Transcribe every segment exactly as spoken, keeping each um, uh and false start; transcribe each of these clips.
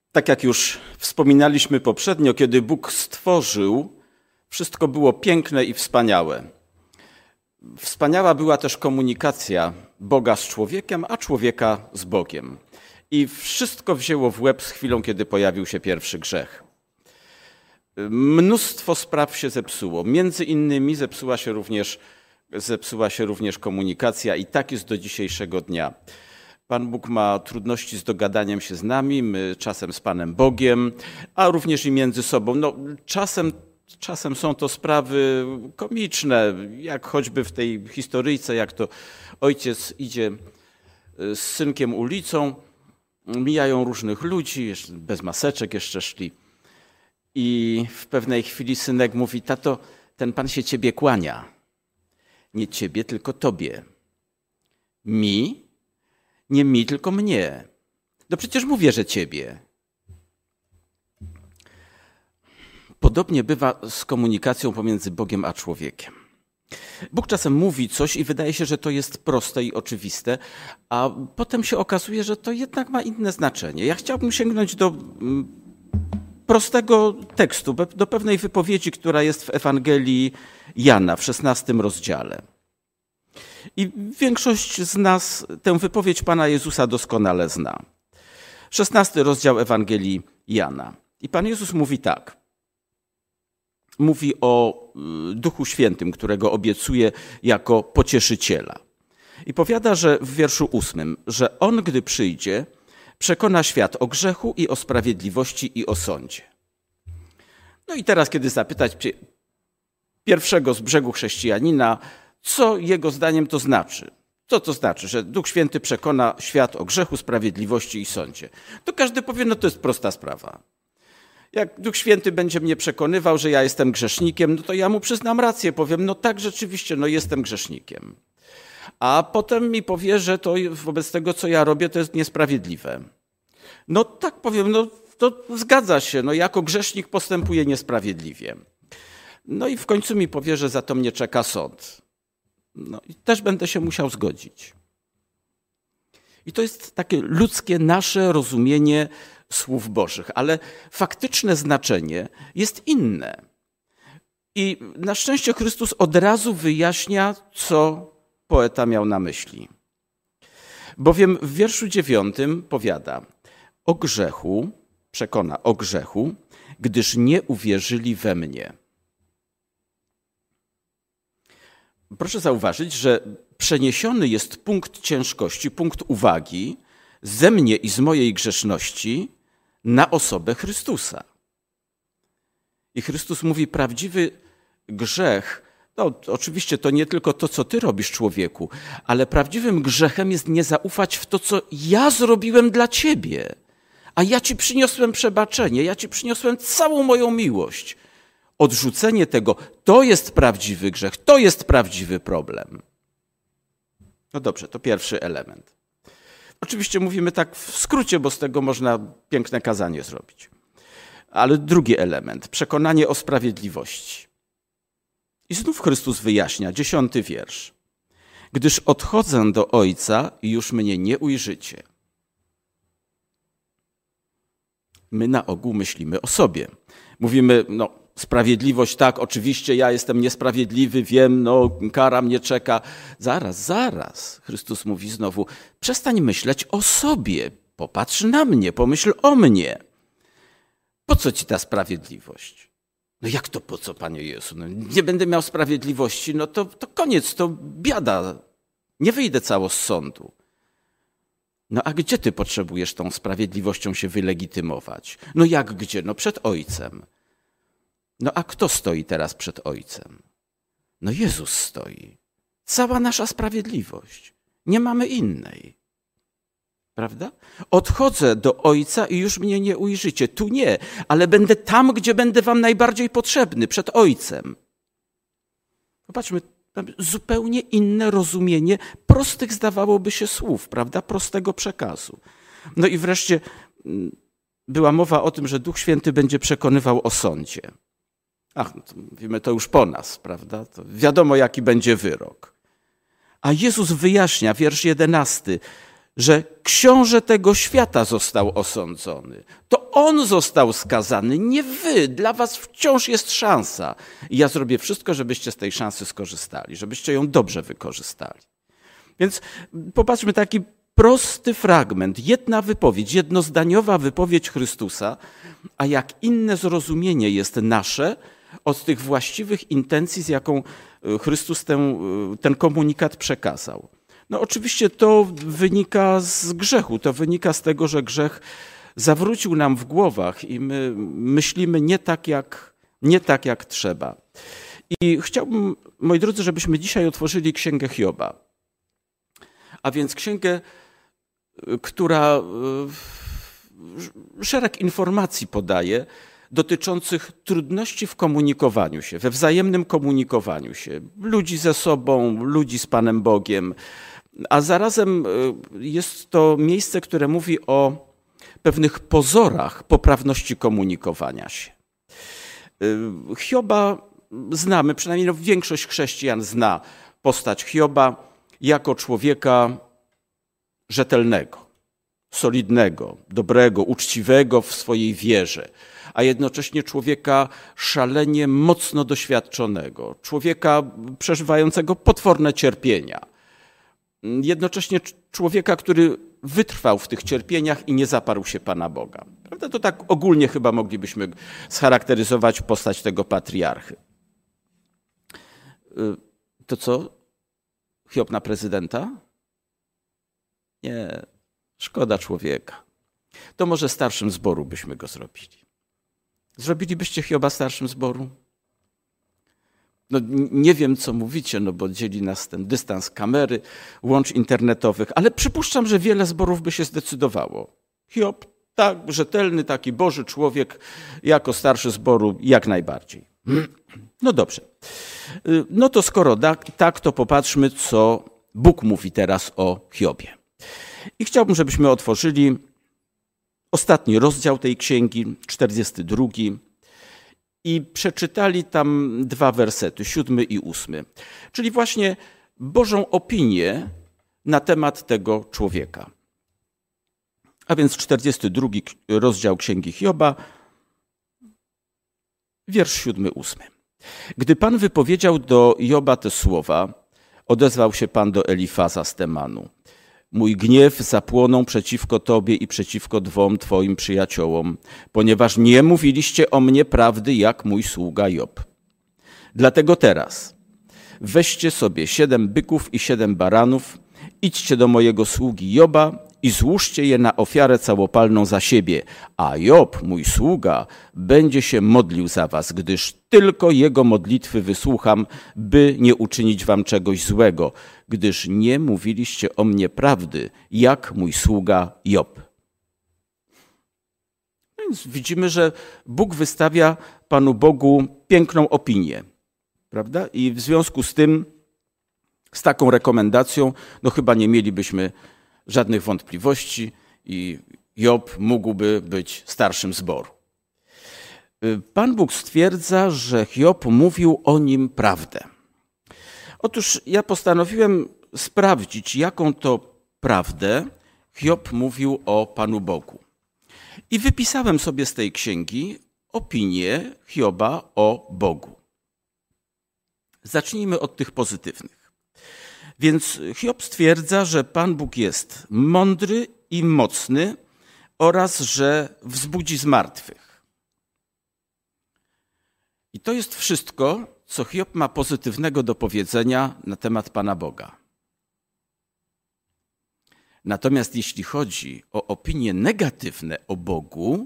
Tak jak już wspominaliśmy poprzednio, kiedy Bóg stworzył, wszystko było piękne i wspaniałe. Wspaniała była też komunikacja Boga z człowiekiem, a człowieka z Bogiem. I wszystko wzięło w łeb z chwilą, kiedy pojawił się pierwszy grzech. Mnóstwo spraw się zepsuło. Między innymi zepsuła się również, zepsuła się również komunikacja i tak jest do dzisiejszego dnia. Pan Bóg ma trudności z dogadaniem się z nami, my czasem z Panem Bogiem, a również i między sobą. No, czasem, czasem są to sprawy komiczne, jak choćby w tej historyjce, jak to ojciec idzie z synkiem ulicą, mijają różnych ludzi, bez maseczek jeszcze szli. I w pewnej chwili synek mówi: tato, ten pan się ciebie kłania. Nie ciebie, tylko tobie. Mi? Nie mi, tylko mnie. No przecież mówię, że ciebie. Podobnie bywa z komunikacją pomiędzy Bogiem a człowiekiem. Bóg czasem mówi coś i wydaje się, że to jest proste i oczywiste, a potem się okazuje, że to jednak ma inne znaczenie. Ja chciałbym sięgnąć do prostego tekstu, do pewnej wypowiedzi, która jest w Ewangelii Jana w szesnastym rozdziale. I większość z nas tę wypowiedź Pana Jezusa doskonale zna. szesnasty rozdział Ewangelii Jana. I Pan Jezus mówi tak. Mówi o Duchu Świętym, którego obiecuje jako pocieszyciela. I powiada, że w wierszu ósmym, że On, gdy przyjdzie, przekona świat o grzechu i o sprawiedliwości i o sądzie. No i teraz, kiedy zapytać pierwszego z brzegu chrześcijanina, co jego zdaniem to znaczy? Co to znaczy, że Duch Święty przekona świat o grzechu, sprawiedliwości i sądzie? To każdy powie, no to jest prosta sprawa. Jak Duch Święty będzie mnie przekonywał, że ja jestem grzesznikiem, no to ja mu przyznam rację, powiem, no tak, rzeczywiście, no jestem grzesznikiem. A potem mi powie, że to wobec tego, co ja robię, to jest niesprawiedliwe. No tak powiem, no to zgadza się, no jako grzesznik postępuję niesprawiedliwie. No i w końcu mi powie, że za to mnie czeka sąd. No i też będę się musiał zgodzić. I to jest takie ludzkie nasze rozumienie słów Bożych, ale faktyczne znaczenie jest inne. I na szczęście Chrystus od razu wyjaśnia, co poeta miał na myśli. Bowiem w wierszu dziewiątym powiada: o grzechu, przekona o grzechu, gdyż nie uwierzyli we mnie. Proszę zauważyć, że przeniesiony jest punkt ciężkości, punkt uwagi ze mnie i z mojej grzeszności na osobę Chrystusa. I Chrystus mówi, prawdziwy grzech, no oczywiście to nie tylko to, co ty robisz, człowieku, ale prawdziwym grzechem jest nie zaufać w to, co ja zrobiłem dla ciebie. A ja ci przyniosłem przebaczenie, ja ci przyniosłem całą moją miłość. Odrzucenie tego, to jest prawdziwy grzech, to jest prawdziwy problem. No dobrze, to pierwszy element. Oczywiście mówimy tak w skrócie, bo z tego można piękne kazanie zrobić. Ale drugi element, przekonanie o sprawiedliwości. I znów Chrystus wyjaśnia, dziesiąty wiersz. Gdyż odchodzę do Ojca i już mnie nie ujrzycie. My na ogół myślimy o sobie. Mówimy, no sprawiedliwość, tak, oczywiście ja jestem niesprawiedliwy, wiem, no kara mnie czeka. Zaraz, zaraz, Chrystus mówi znowu, przestań myśleć o sobie, popatrz na mnie, pomyśl o mnie. Po co ci ta sprawiedliwość? No jak to po co, Panie Jezu? No, nie będę miał sprawiedliwości, no to, to koniec, to biada. Nie wyjdę cało z sądu. No a gdzie ty potrzebujesz tą sprawiedliwością się wylegitymować? No jak gdzie? No przed Ojcem. No a kto stoi teraz przed Ojcem? No Jezus stoi. Cała nasza sprawiedliwość. Nie mamy innej. Prawda? Odchodzę do Ojca i już mnie nie ujrzycie. Tu nie, ale będę tam, gdzie będę wam najbardziej potrzebny, przed Ojcem. Popatrzmy, zupełnie inne rozumienie prostych, zdawałoby się, słów, prawda? Prostego przekazu. No i wreszcie była mowa o tym, że Duch Święty będzie przekonywał o sądzie. Ach, no to mówimy, to już po nas, prawda? To wiadomo, jaki będzie wyrok. A Jezus wyjaśnia, wiersz jedenasty, że książę tego świata został osądzony. To on został skazany, nie wy. Dla was wciąż jest szansa. I ja zrobię wszystko, żebyście z tej szansy skorzystali, żebyście ją dobrze wykorzystali. Więc popatrzmy, taki prosty fragment, jedna wypowiedź, jednozdaniowa wypowiedź Chrystusa, a jak inne zrozumienie jest nasze od tych właściwych intencji, z jaką Chrystus ten, ten komunikat przekazał. No oczywiście to wynika z grzechu, to wynika z tego, że grzech zawrócił nam w głowach i my myślimy nie tak, jak, nie tak jak trzeba. I chciałbym, moi drodzy, żebyśmy dzisiaj otworzyli Księgę Hioba. A więc księgę, która szereg informacji podaje dotyczących trudności w komunikowaniu się, we wzajemnym komunikowaniu się ludzi ze sobą, ludzi z Panem Bogiem, a zarazem jest to miejsce, które mówi o pewnych pozorach poprawności komunikowania się. Hioba znamy, przynajmniej no większość chrześcijan zna postać Hioba jako człowieka rzetelnego, solidnego, dobrego, uczciwego w swojej wierze, a jednocześnie człowieka szalenie mocno doświadczonego, człowieka przeżywającego potworne cierpienia. Jednocześnie człowieka, który wytrwał w tych cierpieniach i nie zaparł się Pana Boga. Prawda? To tak ogólnie chyba moglibyśmy scharakteryzować postać tego patriarchy. To co? Hiob na prezydenta? Nie, szkoda człowieka. To może starszym zboru byśmy go zrobili. Zrobilibyście Hioba starszym zboru? No nie wiem, co mówicie, no bo dzieli nas ten dystans kamery, łącz internetowych, ale przypuszczam, że wiele zborów by się zdecydowało. Hiob, tak, rzetelny, taki Boży człowiek, jako starszy zboru, jak najbardziej. No dobrze. No to skoro tak, to popatrzmy, co Bóg mówi teraz o Hiobie. I chciałbym, żebyśmy otworzyli ostatni rozdział tej księgi, czterdziesty drugi, i przeczytali tam dwa wersety, siódmy i ósmy, czyli właśnie Bożą opinię na temat tego człowieka. A więc czterdziesty drugi rozdział księgi Hioba, wiersz siódmy, ósmy. Gdy Pan wypowiedział do Joba te słowa, odezwał się Pan do Elifaza z Temanu. Mój gniew zapłonął przeciwko Tobie i przeciwko dwom Twoim przyjaciołom, ponieważ nie mówiliście o mnie prawdy, jak mój sługa Job. Dlatego teraz weźcie sobie siedem byków i siedem baranów, idźcie do mojego sługi Joba i złóżcie je na ofiarę całopalną za siebie, a Job, mój sługa, będzie się modlił za was, gdyż tylko jego modlitwy wysłucham, by nie uczynić wam czegoś złego, gdyż nie mówiliście o mnie prawdy, jak mój sługa Job. Więc widzimy, że Bóg wystawia Panu Bogu piękną opinię, prawda? I w związku z tym, z taką rekomendacją, no chyba nie mielibyśmy żadnych wątpliwości i Job mógłby być starszym zboru. Pan Bóg stwierdza, że Job mówił o nim prawdę. Otóż ja postanowiłem sprawdzić, jaką to prawdę Job mówił o Panu Bogu. I wypisałem sobie z tej księgi opinię Hioba o Bogu. Zacznijmy od tych pozytywnych. Więc Hiob stwierdza, że Pan Bóg jest mądry i mocny oraz, że wzbudzi zmartwych. I to jest wszystko, co Hiob ma pozytywnego do powiedzenia na temat Pana Boga. Natomiast jeśli chodzi o opinie negatywne o Bogu,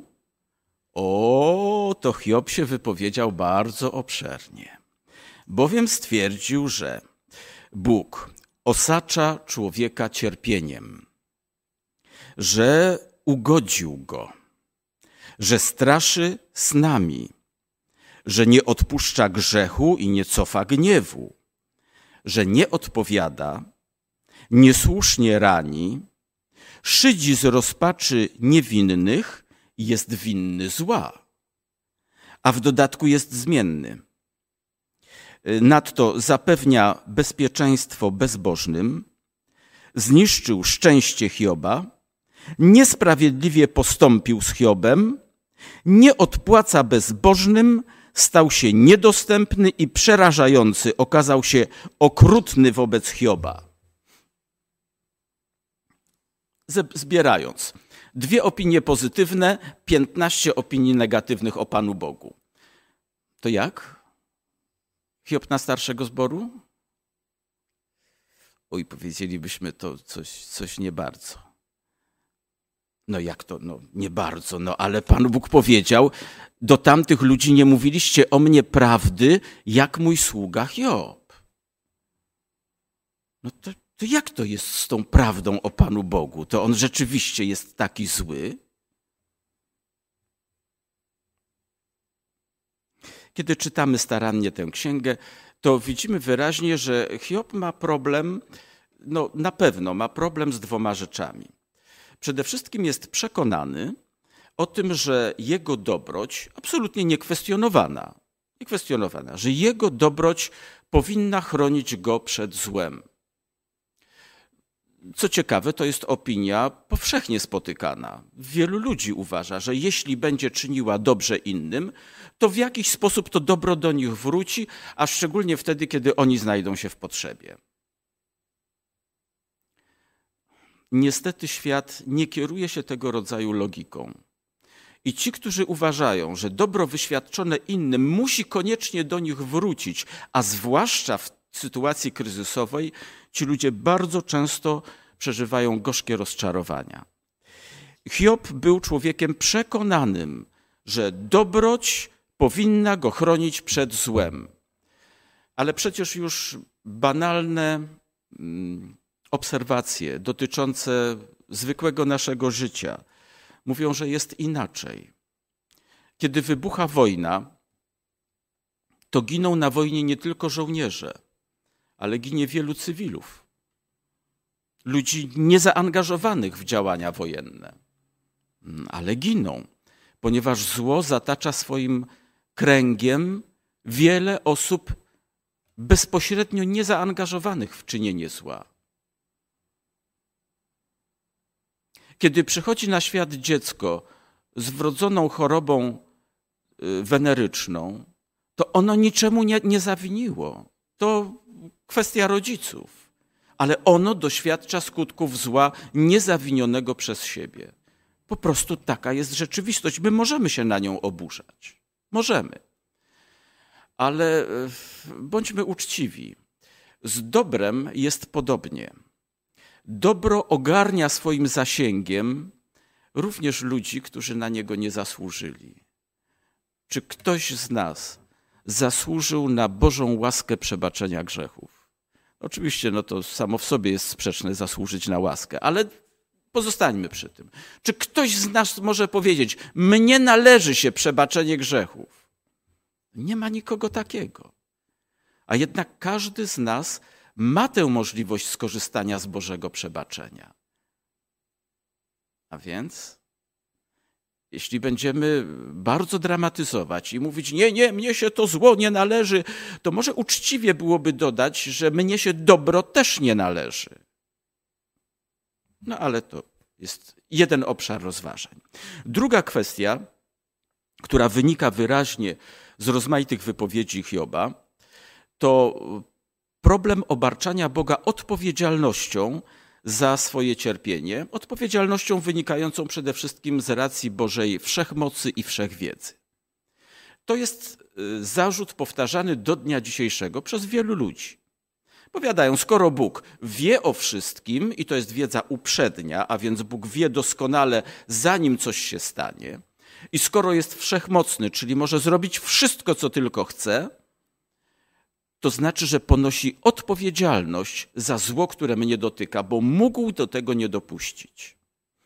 o, to Hiob się wypowiedział bardzo obszernie. Bowiem stwierdził, że Bóg osacza człowieka cierpieniem, że ugodził go, że straszy snami, że nie odpuszcza grzechu i nie cofa gniewu, że nie odpowiada, niesłusznie rani, szydzi z rozpaczy niewinnych i jest winny zła, a w dodatku jest zmienny. Nadto zapewnia bezpieczeństwo bezbożnym, zniszczył szczęście Hioba, niesprawiedliwie postąpił z Hiobem, nie odpłaca bezbożnym, stał się niedostępny i przerażający, okazał się okrutny wobec Hioba. Zbierając, dwie opinie pozytywne, piętnaście opinii negatywnych o Panu Bogu. To jak? Hiob na starszego zboru? Oj, powiedzielibyśmy to coś, coś nie bardzo. No jak to? No nie bardzo, no ale Pan Bóg powiedział, do tamtych ludzi nie mówiliście o mnie prawdy, jak mój sługa Hiob. No to, to jak to jest z tą prawdą o Panu Bogu? To on rzeczywiście jest taki zły? Kiedy czytamy starannie tę księgę, to widzimy wyraźnie, że Hiob ma problem, no na pewno ma problem z dwoma rzeczami. Przede wszystkim jest przekonany o tym, że jego dobroć, absolutnie niekwestionowana, niekwestionowana, że jego dobroć powinna chronić go przed złem. Co ciekawe, to jest opinia powszechnie spotykana. Wielu ludzi uważa, że jeśli będzie czyniła dobrze innym, to w jakiś sposób to dobro do nich wróci, a szczególnie wtedy, kiedy oni znajdą się w potrzebie. Niestety świat nie kieruje się tego rodzaju logiką. I ci, którzy uważają, że dobro wyświadczone innym musi koniecznie do nich wrócić, a zwłaszcza w sytuacji kryzysowej, ci ludzie bardzo często przeżywają gorzkie rozczarowania. Hiob był człowiekiem przekonanym, że dobroć powinna go chronić przed złem. Ale przecież już banalne obserwacje dotyczące zwykłego naszego życia mówią, że jest inaczej. Kiedy wybucha wojna, to giną na wojnie nie tylko żołnierze, ale ginie wielu cywilów. Ludzi niezaangażowanych w działania wojenne. Ale giną, ponieważ zło zatacza swoim kręgiem wiele osób bezpośrednio niezaangażowanych w czynienie zła. Kiedy przychodzi na świat dziecko z wrodzoną chorobą weneryczną, to ono niczemu nie, nie zawiniło. To kwestia rodziców, ale ono doświadcza skutków zła niezawinionego przez siebie. Po prostu taka jest rzeczywistość. My możemy się na nią oburzać. Możemy. Ale bądźmy uczciwi. Z dobrem jest podobnie. Dobro ogarnia swoim zasięgiem również ludzi, którzy na niego nie zasłużyli. Czy ktoś z nas zasłużył na Bożą łaskę przebaczenia grzechów? Oczywiście no to samo w sobie jest sprzeczne zasłużyć na łaskę, ale pozostańmy przy tym. Czy ktoś z nas może powiedzieć, mnie należy się przebaczenie grzechów? Nie ma nikogo takiego. A jednak każdy z nas ma tę możliwość skorzystania z Bożego przebaczenia. A więc, jeśli będziemy bardzo dramatyzować i mówić, nie, nie, mnie się to zło nie należy, to może uczciwie byłoby dodać, że mnie się dobro też nie należy. No ale to jest jeden obszar rozważań. Druga kwestia, która wynika wyraźnie z rozmaitych wypowiedzi Hioba, to problem obarczania Boga odpowiedzialnością za swoje cierpienie, odpowiedzialnością wynikającą przede wszystkim z racji Bożej wszechmocy i wszechwiedzy. To jest zarzut powtarzany do dnia dzisiejszego przez wielu ludzi. Powiadają, skoro Bóg wie o wszystkim i to jest wiedza uprzednia, a więc Bóg wie doskonale, zanim coś się stanie, i skoro jest wszechmocny, czyli może zrobić wszystko, co tylko chce, to znaczy, że ponosi odpowiedzialność za zło, które mnie dotyka, bo mógł do tego nie dopuścić.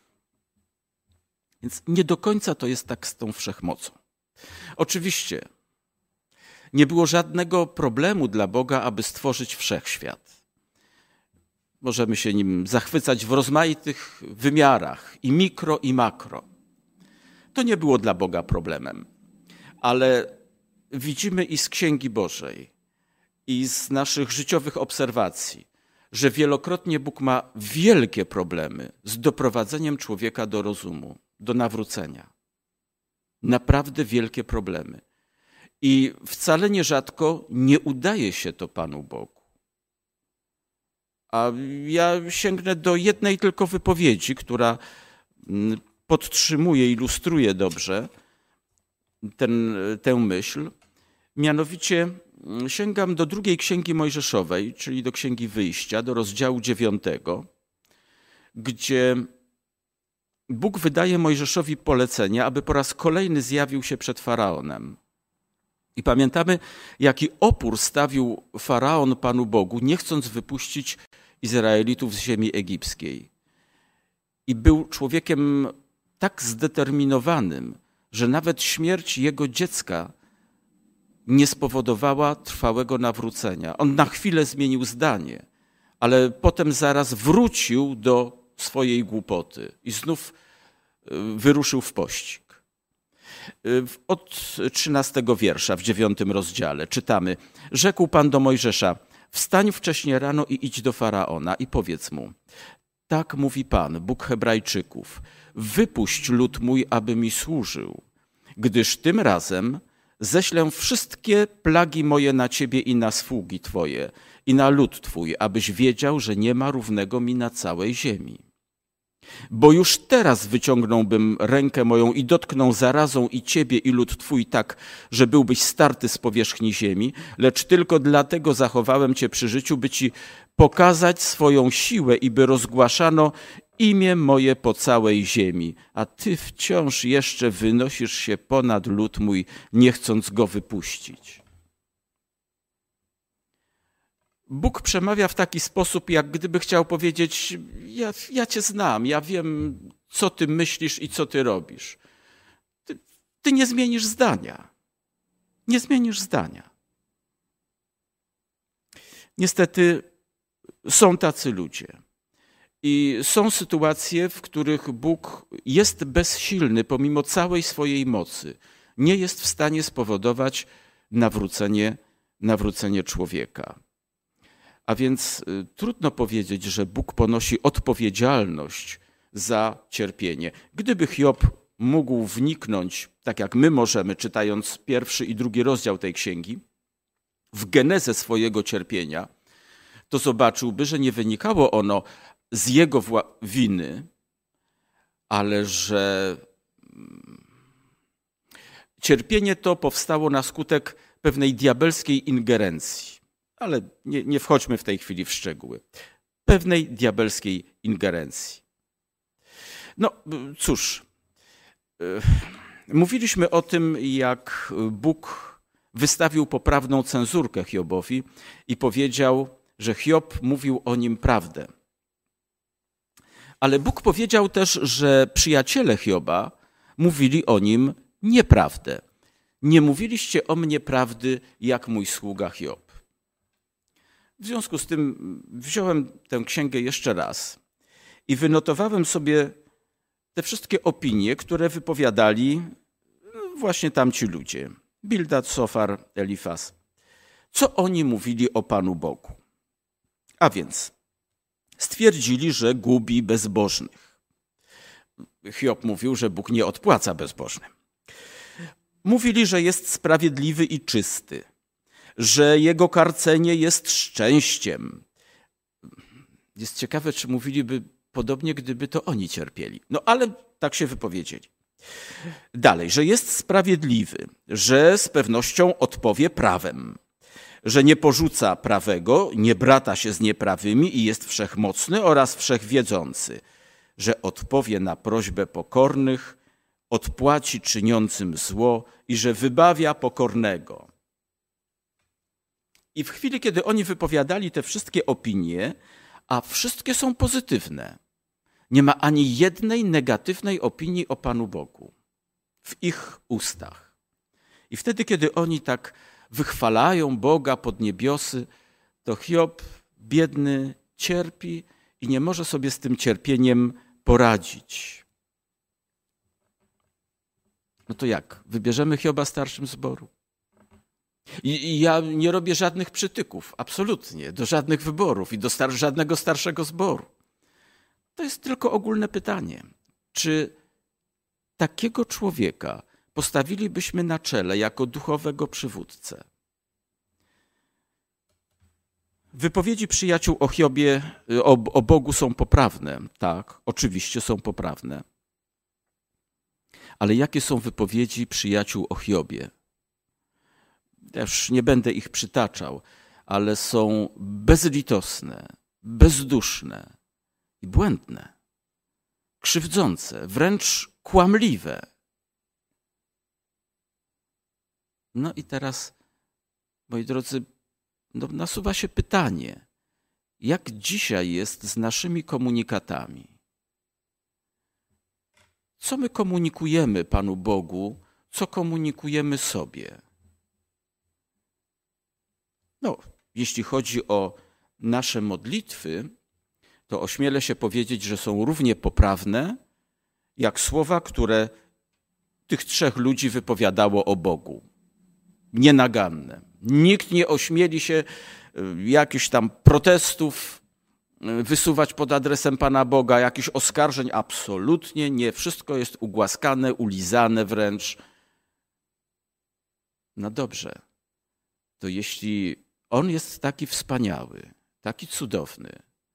Więc nie do końca to jest tak z tą wszechmocą. Oczywiście nie było żadnego problemu dla Boga, aby stworzyć wszechświat. Możemy się nim zachwycać w rozmaitych wymiarach, i mikro, i makro. To nie było dla Boga problemem, ale widzimy i z Księgi Bożej, i z naszych życiowych obserwacji, że wielokrotnie Bóg ma wielkie problemy z doprowadzeniem człowieka do rozumu, do nawrócenia. Naprawdę wielkie problemy. I wcale nierzadko nie udaje się to Panu Bogu. A ja sięgnę do jednej tylko wypowiedzi, która podtrzymuje, ilustruje dobrze ten, tę myśl. Mianowicie sięgam do drugiej Księgi Mojżeszowej, czyli do Księgi Wyjścia, do rozdziału dziewiątego, gdzie Bóg wydaje Mojżeszowi polecenie, aby po raz kolejny zjawił się przed Faraonem. I pamiętamy, jaki opór stawił Faraon Panu Bogu, nie chcąc wypuścić Izraelitów z ziemi egipskiej. I był człowiekiem tak zdeterminowanym, że nawet śmierć jego dziecka nie spowodowała trwałego nawrócenia. On na chwilę zmienił zdanie, ale potem zaraz wrócił do swojej głupoty i znów wyruszył w pościg. Od trzynastego wiersza w dziewiątym rozdziale czytamy: Rzekł Pan do Mojżesza: wstań wcześnie rano i idź do Faraona i powiedz mu: tak mówi Pan, Bóg Hebrajczyków, wypuść lud mój, aby mi służył, gdyż tym razem ześlę wszystkie plagi moje na ciebie i na sługi twoje i na lud twój, abyś wiedział, że nie ma równego mi na całej ziemi. Bo już teraz wyciągnąłbym rękę moją i dotknął zarazą i ciebie i lud twój tak, że byłbyś starty z powierzchni ziemi, lecz tylko dlatego zachowałem cię przy życiu, by ci pokazać swoją siłę i by rozgłaszano imię moje po całej ziemi. A ty wciąż jeszcze wynosisz się ponad lud mój, nie chcąc go wypuścić. Bóg przemawia w taki sposób, jak gdyby chciał powiedzieć: ja, ja cię znam, ja wiem, co ty myślisz i co ty robisz. Ty, ty nie zmienisz zdania. Nie zmienisz zdania. Niestety są tacy ludzie. I są sytuacje, w których Bóg jest bezsilny pomimo całej swojej mocy. Nie jest w stanie spowodować nawrócenie, nawrócenie człowieka. A więc trudno powiedzieć, że Bóg ponosi odpowiedzialność za cierpienie. Gdyby Hiob mógł wniknąć, tak jak my możemy, czytając pierwszy i drugi rozdział tej księgi, w genezę swojego cierpienia, to zobaczyłby, że nie wynikało ono z jego winy, ale że cierpienie to powstało na skutek pewnej diabelskiej ingerencji. Ale nie, nie wchodźmy w tej chwili w szczegóły. Pewnej diabelskiej ingerencji. No cóż, mówiliśmy o tym, jak Bóg wystawił poprawną cenzurkę Hiobowi i powiedział, że Hiob mówił o nim prawdę. Ale Bóg powiedział też, że przyjaciele Hioba mówili o nim nieprawdę. Nie mówiliście o mnie prawdy, jak mój sługa Hiob. W związku z tym wziąłem tę księgę jeszcze raz i wynotowałem sobie te wszystkie opinie, które wypowiadali właśnie tamci ludzie. Bildad, Sofar, Elifaz. Co oni mówili o Panu Bogu? A więc stwierdzili, że gubi bezbożnych. Hiob mówił, że Bóg nie odpłaca bezbożnym. Mówili, że jest sprawiedliwy i czysty, że jego karcenie jest szczęściem. Jest ciekawe, czy mówiliby podobnie, gdyby to oni cierpieli. No ale tak się wypowiedzieli. Dalej, że jest sprawiedliwy, że z pewnością odpowie prawem, że nie porzuca prawego, nie brata się z nieprawymi i jest wszechmocny oraz wszechwiedzący, że odpowie na prośbę pokornych, odpłaci czyniącym zło i że wybawia pokornego. I w chwili, kiedy oni wypowiadali te wszystkie opinie, a wszystkie są pozytywne, nie ma ani jednej negatywnej opinii o Panu Bogu w ich ustach. I wtedy, kiedy oni tak wychwalają Boga pod niebiosy, to Hiob, biedny, cierpi i nie może sobie z tym cierpieniem poradzić. No to jak? Wybierzemy Hioba starszym zboru? I, i ja nie robię żadnych przytyków, absolutnie, do żadnych wyborów i do star- żadnego starszego zboru. To jest tylko ogólne pytanie. Czy takiego człowieka postawilibyśmy na czele jako duchowego przywódcę? Wypowiedzi przyjaciół o Hiobie, o, o Bogu są poprawne. Tak, oczywiście są poprawne. Ale jakie są wypowiedzi przyjaciół o Hiobie? Ja już nie będę ich przytaczał, ale są bezlitosne, bezduszne i błędne, krzywdzące, wręcz kłamliwe. No i teraz, moi drodzy, no nasuwa się pytanie, jak dzisiaj jest z naszymi komunikatami? Co my komunikujemy Panu Bogu, co komunikujemy sobie? No, jeśli chodzi o nasze modlitwy, to ośmielę się powiedzieć, że są równie poprawne, jak słowa, które tych trzech ludzi wypowiadało o Bogu. Nienaganne. Nikt nie ośmieli się jakichś tam protestów wysuwać pod adresem Pana Boga, jakichś oskarżeń. Absolutnie nie. Wszystko jest ugłaskane, ulizane wręcz. No dobrze. To jeśli On jest taki wspaniały, taki cudowny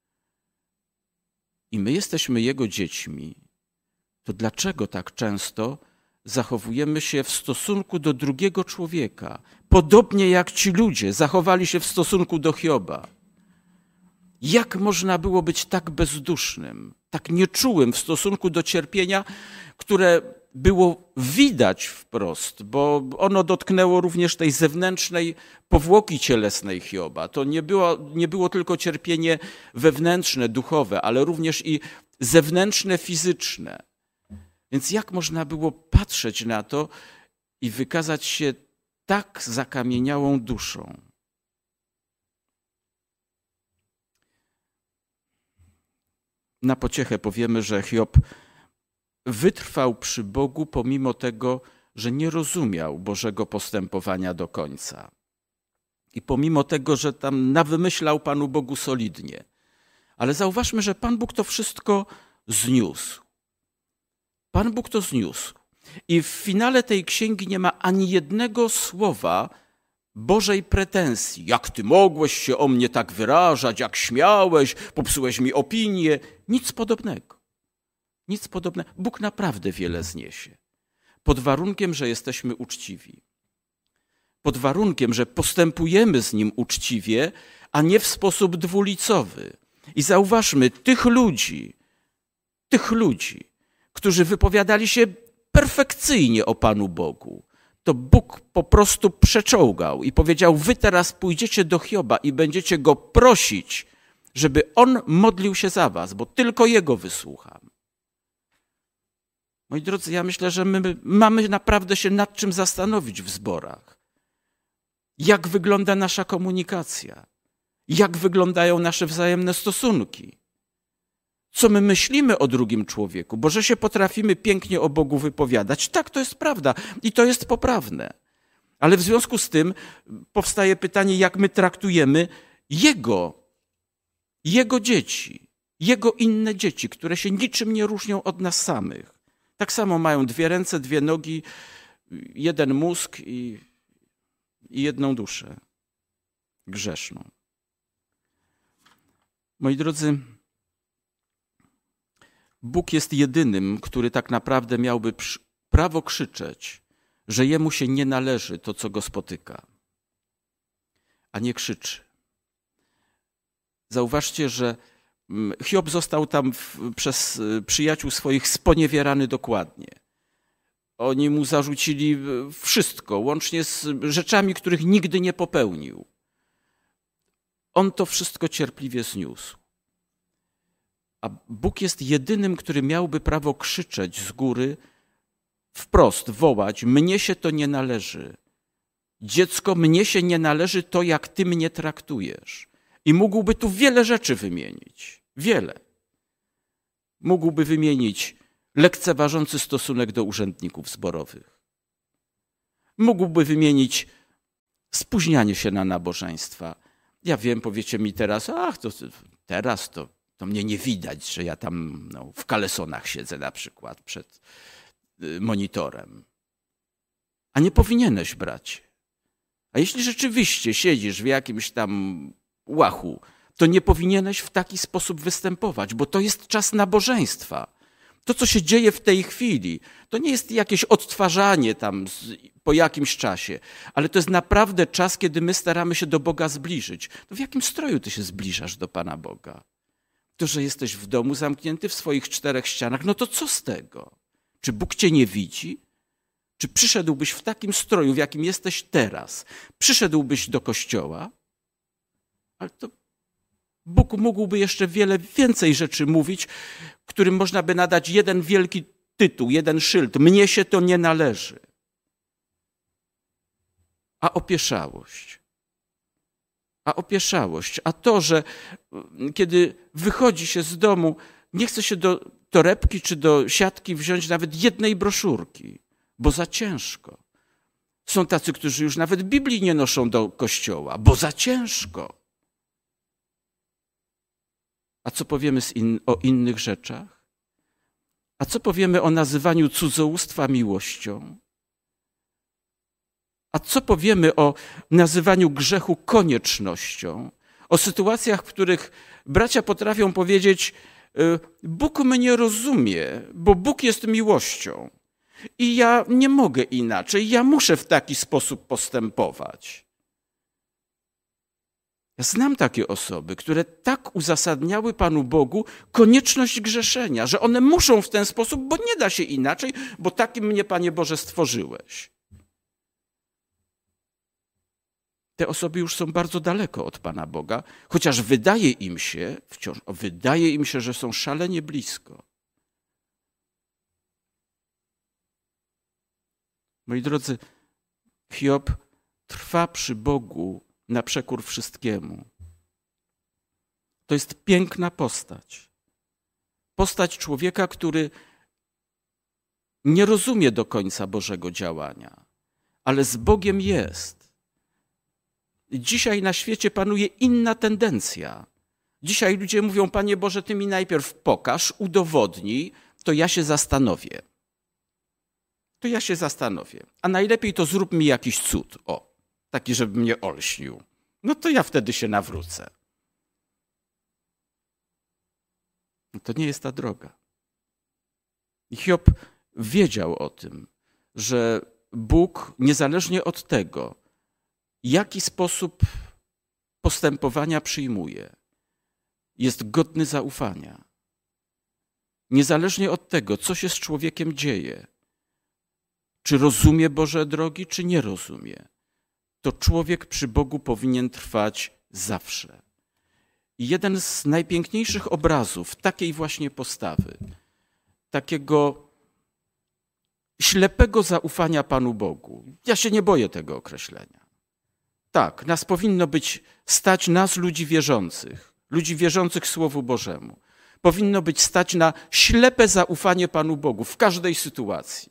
i my jesteśmy Jego dziećmi, to dlaczego tak często zachowujemy się w stosunku do drugiego człowieka, podobnie jak ci ludzie zachowali się w stosunku do Hioba? Jak można było być tak bezdusznym, tak nieczułym w stosunku do cierpienia, które było widać wprost, bo ono dotknęło również tej zewnętrznej powłoki cielesnej Hioba. To nie było, nie było tylko cierpienie wewnętrzne, duchowe, ale również i zewnętrzne, fizyczne. Więc jak można było patrzeć na to i wykazać się tak zakamieniałą duszą? Na pociechę powiemy, że Hiob wytrwał przy Bogu pomimo tego, że nie rozumiał Bożego postępowania do końca. I pomimo tego, że tam nawymyślał Panu Bogu solidnie. Ale zauważmy, że Pan Bóg to wszystko zniósł. Pan Bóg to zniósł. I w finale tej księgi nie ma ani jednego słowa Bożej pretensji. Jak ty mogłeś się o mnie tak wyrażać, jak śmiałeś, popsułeś mi opinię. Nic podobnego. Nic podobnego. Bóg naprawdę wiele zniesie. Pod warunkiem, że jesteśmy uczciwi. Pod warunkiem, że postępujemy z Nim uczciwie, a nie w sposób dwulicowy. I zauważmy, tych ludzi, tych ludzi, którzy wypowiadali się perfekcyjnie o Panu Bogu, to Bóg po prostu przeczołgał i powiedział: wy teraz pójdziecie do Hioba i będziecie go prosić, żeby on modlił się za was, bo tylko jego wysłucham. Moi drodzy, ja myślę, że my mamy naprawdę się nad czym zastanowić w zborach. Jak wygląda nasza komunikacja? Jak wyglądają nasze wzajemne stosunki? Co my myślimy o drugim człowieku? Bo że się potrafimy pięknie o Bogu wypowiadać, tak, to jest prawda i to jest poprawne. Ale w związku z tym powstaje pytanie, jak my traktujemy Jego, Jego dzieci, Jego inne dzieci, które się niczym nie różnią od nas samych. Tak samo mają dwie ręce, dwie nogi, jeden mózg i, i jedną duszę grzeszną. Moi drodzy, Bóg jest jedynym, który tak naprawdę miałby prawo krzyczeć, że Jemu się nie należy to, co Go spotyka, a nie krzyczy. Zauważcie, że Hiob został tam przez przyjaciół swoich sponiewierany dokładnie. Oni mu zarzucili wszystko, łącznie z rzeczami, których nigdy nie popełnił. On to wszystko cierpliwie zniósł. A Bóg jest jedynym, który miałby prawo krzyczeć z góry, wprost wołać: mnie się to nie należy. Dziecko, mnie się nie należy to, jak ty mnie traktujesz. I mógłby tu wiele rzeczy wymienić. Wiele. Mógłby wymienić lekceważący stosunek do urzędników zborowych. Mógłby wymienić spóźnianie się na nabożeństwa. Ja wiem, powiecie mi teraz, ach, to teraz to, to mnie nie widać, że ja tam no, w kalesonach siedzę na przykład przed monitorem. A nie powinieneś, bracie. A jeśli rzeczywiście siedzisz w jakimś tam łachu, to nie powinieneś w taki sposób występować, bo to jest czas nabożeństwa. To, co się dzieje w tej chwili, to nie jest jakieś odtwarzanie tam po jakimś czasie, ale to jest naprawdę czas, kiedy my staramy się do Boga zbliżyć. To w jakim stroju ty się zbliżasz do Pana Boga? To, że jesteś w domu zamknięty w swoich czterech ścianach, no to co z tego? Czy Bóg cię nie widzi? Czy przyszedłbyś w takim stroju, w jakim jesteś teraz? Przyszedłbyś do kościoła? Ale to Bóg mógłby jeszcze wiele więcej rzeczy mówić, którym można by nadać jeden wielki tytuł, jeden szyld. Mnie się to nie należy. A opieszałość. A opieszałość. A to, że kiedy wychodzi się z domu, nie chce się do torebki czy do siatki wziąć nawet jednej broszurki, bo za ciężko. Są tacy, którzy już nawet Biblii nie noszą do kościoła, bo za ciężko. A co powiemy z in, o innych rzeczach? A co powiemy o nazywaniu cudzołóstwa miłością? A co powiemy o nazywaniu grzechu koniecznością? O sytuacjach, w których bracia potrafią powiedzieć: Bóg mnie rozumie, bo Bóg jest miłością i ja nie mogę inaczej, ja muszę w taki sposób postępować. Ja znam takie osoby, które tak uzasadniały Panu Bogu konieczność grzeszenia, że one muszą w ten sposób, bo nie da się inaczej, bo takim mnie, Panie Boże, stworzyłeś. Te osoby już są bardzo daleko od Pana Boga, chociaż wydaje im się, wciąż wydaje im się, że są szalenie blisko. Moi drodzy, Hiob trwa przy Bogu na przekór wszystkiemu. To jest piękna postać. Postać człowieka, który nie rozumie do końca Bożego działania, ale z Bogiem jest. Dzisiaj na świecie panuje inna tendencja. Dzisiaj ludzie mówią: Panie Boże, Ty mi najpierw pokaż, udowodnij, to ja się zastanowię. To ja się zastanowię. A najlepiej to zrób mi jakiś cud. O, taki, żeby mnie olśnił. No to ja wtedy się nawrócę. To nie jest ta droga. I Hiob wiedział o tym, że Bóg, niezależnie od tego, jaki sposób postępowania przyjmuje, jest godny zaufania. Niezależnie od tego, co się z człowiekiem dzieje, czy rozumie Boże drogi, czy nie rozumie, to człowiek przy Bogu powinien trwać zawsze. I jeden z najpiękniejszych obrazów takiej właśnie postawy, takiego ślepego zaufania Panu Bogu, ja się nie boję tego określenia. Tak, nas powinno być stać, nas ludzi wierzących, ludzi wierzących Słowu Bożemu. Powinno być stać na ślepe zaufanie Panu Bogu w każdej sytuacji.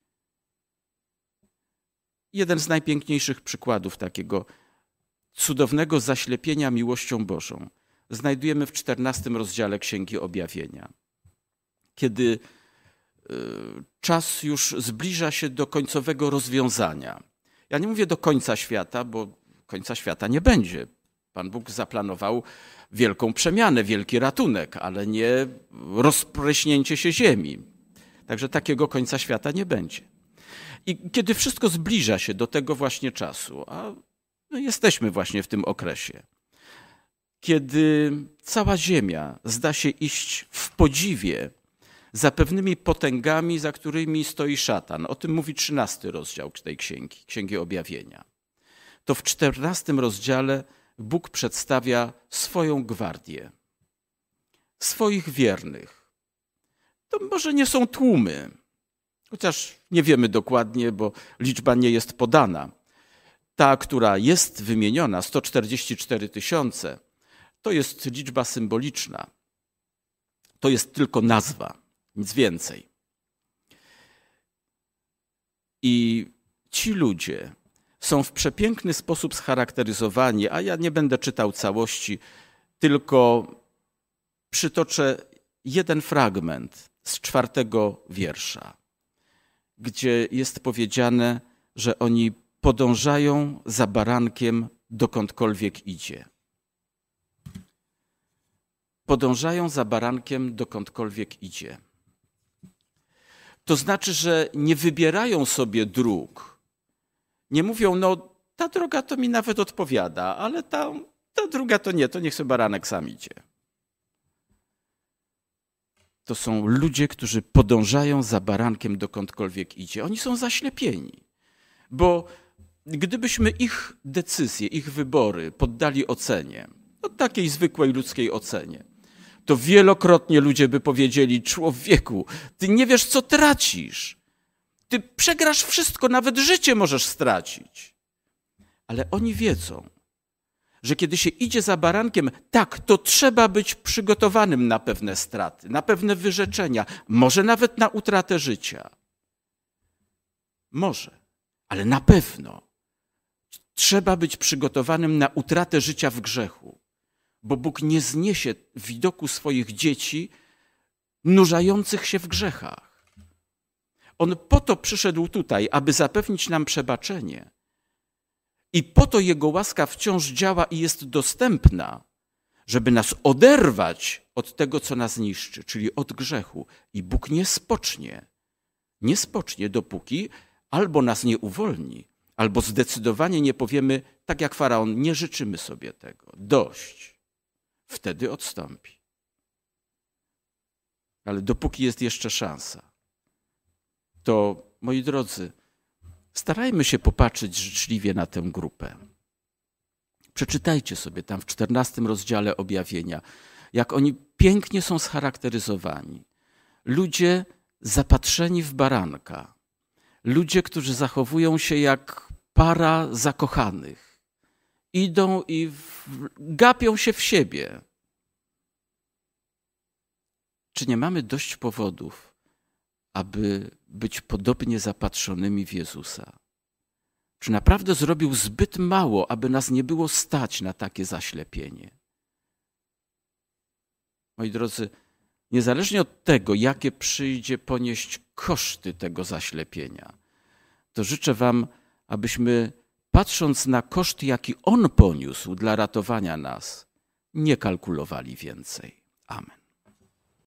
Jeden z najpiękniejszych przykładów takiego cudownego zaślepienia miłością Bożą znajdujemy w czternastym rozdziale Księgi Objawienia. Kiedy czas już zbliża się do końcowego rozwiązania. Ja nie mówię do końca świata, bo końca świata nie będzie. Pan Bóg zaplanował wielką przemianę, wielki ratunek, ale nie rozpryśnięcie się ziemi. Także takiego końca świata nie będzie. I kiedy wszystko zbliża się do tego właśnie czasu, a no jesteśmy właśnie w tym okresie, kiedy cała ziemia zda się iść w podziwie za pewnymi potęgami, za którymi stoi szatan. O tym mówi trzynasty rozdział tej księgi, Księgi Objawienia. To w czternastym rozdziale Bóg przedstawia swoją gwardię, swoich wiernych. To może nie są tłumy, chociaż nie wiemy dokładnie, bo liczba nie jest podana. Ta, która jest wymieniona, sto czterdzieści cztery tysiące, to jest liczba symboliczna. To jest tylko nazwa, nic więcej. I ci ludzie są w przepiękny sposób scharakteryzowani, a ja nie będę czytał całości, tylko przytoczę jeden fragment z czwartego wiersza, gdzie jest powiedziane, że oni podążają za barankiem, dokądkolwiek idzie. Podążają za barankiem, dokądkolwiek idzie. To znaczy, że nie wybierają sobie dróg. Nie mówią, no ta droga to mi nawet odpowiada, ale ta, ta druga to nie, to niech sobie baranek sam idzie. To są ludzie, którzy podążają za barankiem, dokądkolwiek idzie. Oni są zaślepieni, bo gdybyśmy ich decyzje, ich wybory poddali ocenie, no takiej zwykłej ludzkiej ocenie, to wielokrotnie ludzie by powiedzieli, człowieku, ty nie wiesz, co tracisz. Ty przegrasz wszystko, nawet życie możesz stracić. Ale oni wiedzą, że kiedy się idzie za barankiem, tak, to trzeba być przygotowanym na pewne straty, na pewne wyrzeczenia, może nawet na utratę życia. Może, ale na pewno trzeba być przygotowanym na utratę życia w grzechu, bo Bóg nie zniesie widoku swoich dzieci nurzających się w grzechach. On po to przyszedł tutaj, aby zapewnić nam przebaczenie. I po to Jego łaska wciąż działa i jest dostępna, żeby nas oderwać od tego, co nas niszczy, czyli od grzechu. I Bóg nie spocznie, nie spocznie, dopóki albo nas nie uwolni, albo zdecydowanie nie powiemy, tak jak Faraon, nie życzymy sobie tego, dość. Wtedy odstąpi. Ale dopóki jest jeszcze szansa, to, moi drodzy, starajmy się popatrzeć życzliwie na tę grupę. Przeczytajcie sobie tam w czternastym rozdziale Objawienia, jak oni pięknie są scharakteryzowani. Ludzie zapatrzeni w baranka. Ludzie, którzy zachowują się jak para zakochanych. Idą i w... gapią się w siebie. Czy nie mamy dość powodów, aby być podobnie zapatrzonymi w Jezusa? Czy naprawdę zrobił zbyt mało, aby nas nie było stać na takie zaślepienie? Moi drodzy, niezależnie od tego, jakie przyjdzie ponieść koszty tego zaślepienia, to życzę wam, abyśmy, patrząc na koszt, jaki On poniósł dla ratowania nas, nie kalkulowali więcej. Amen.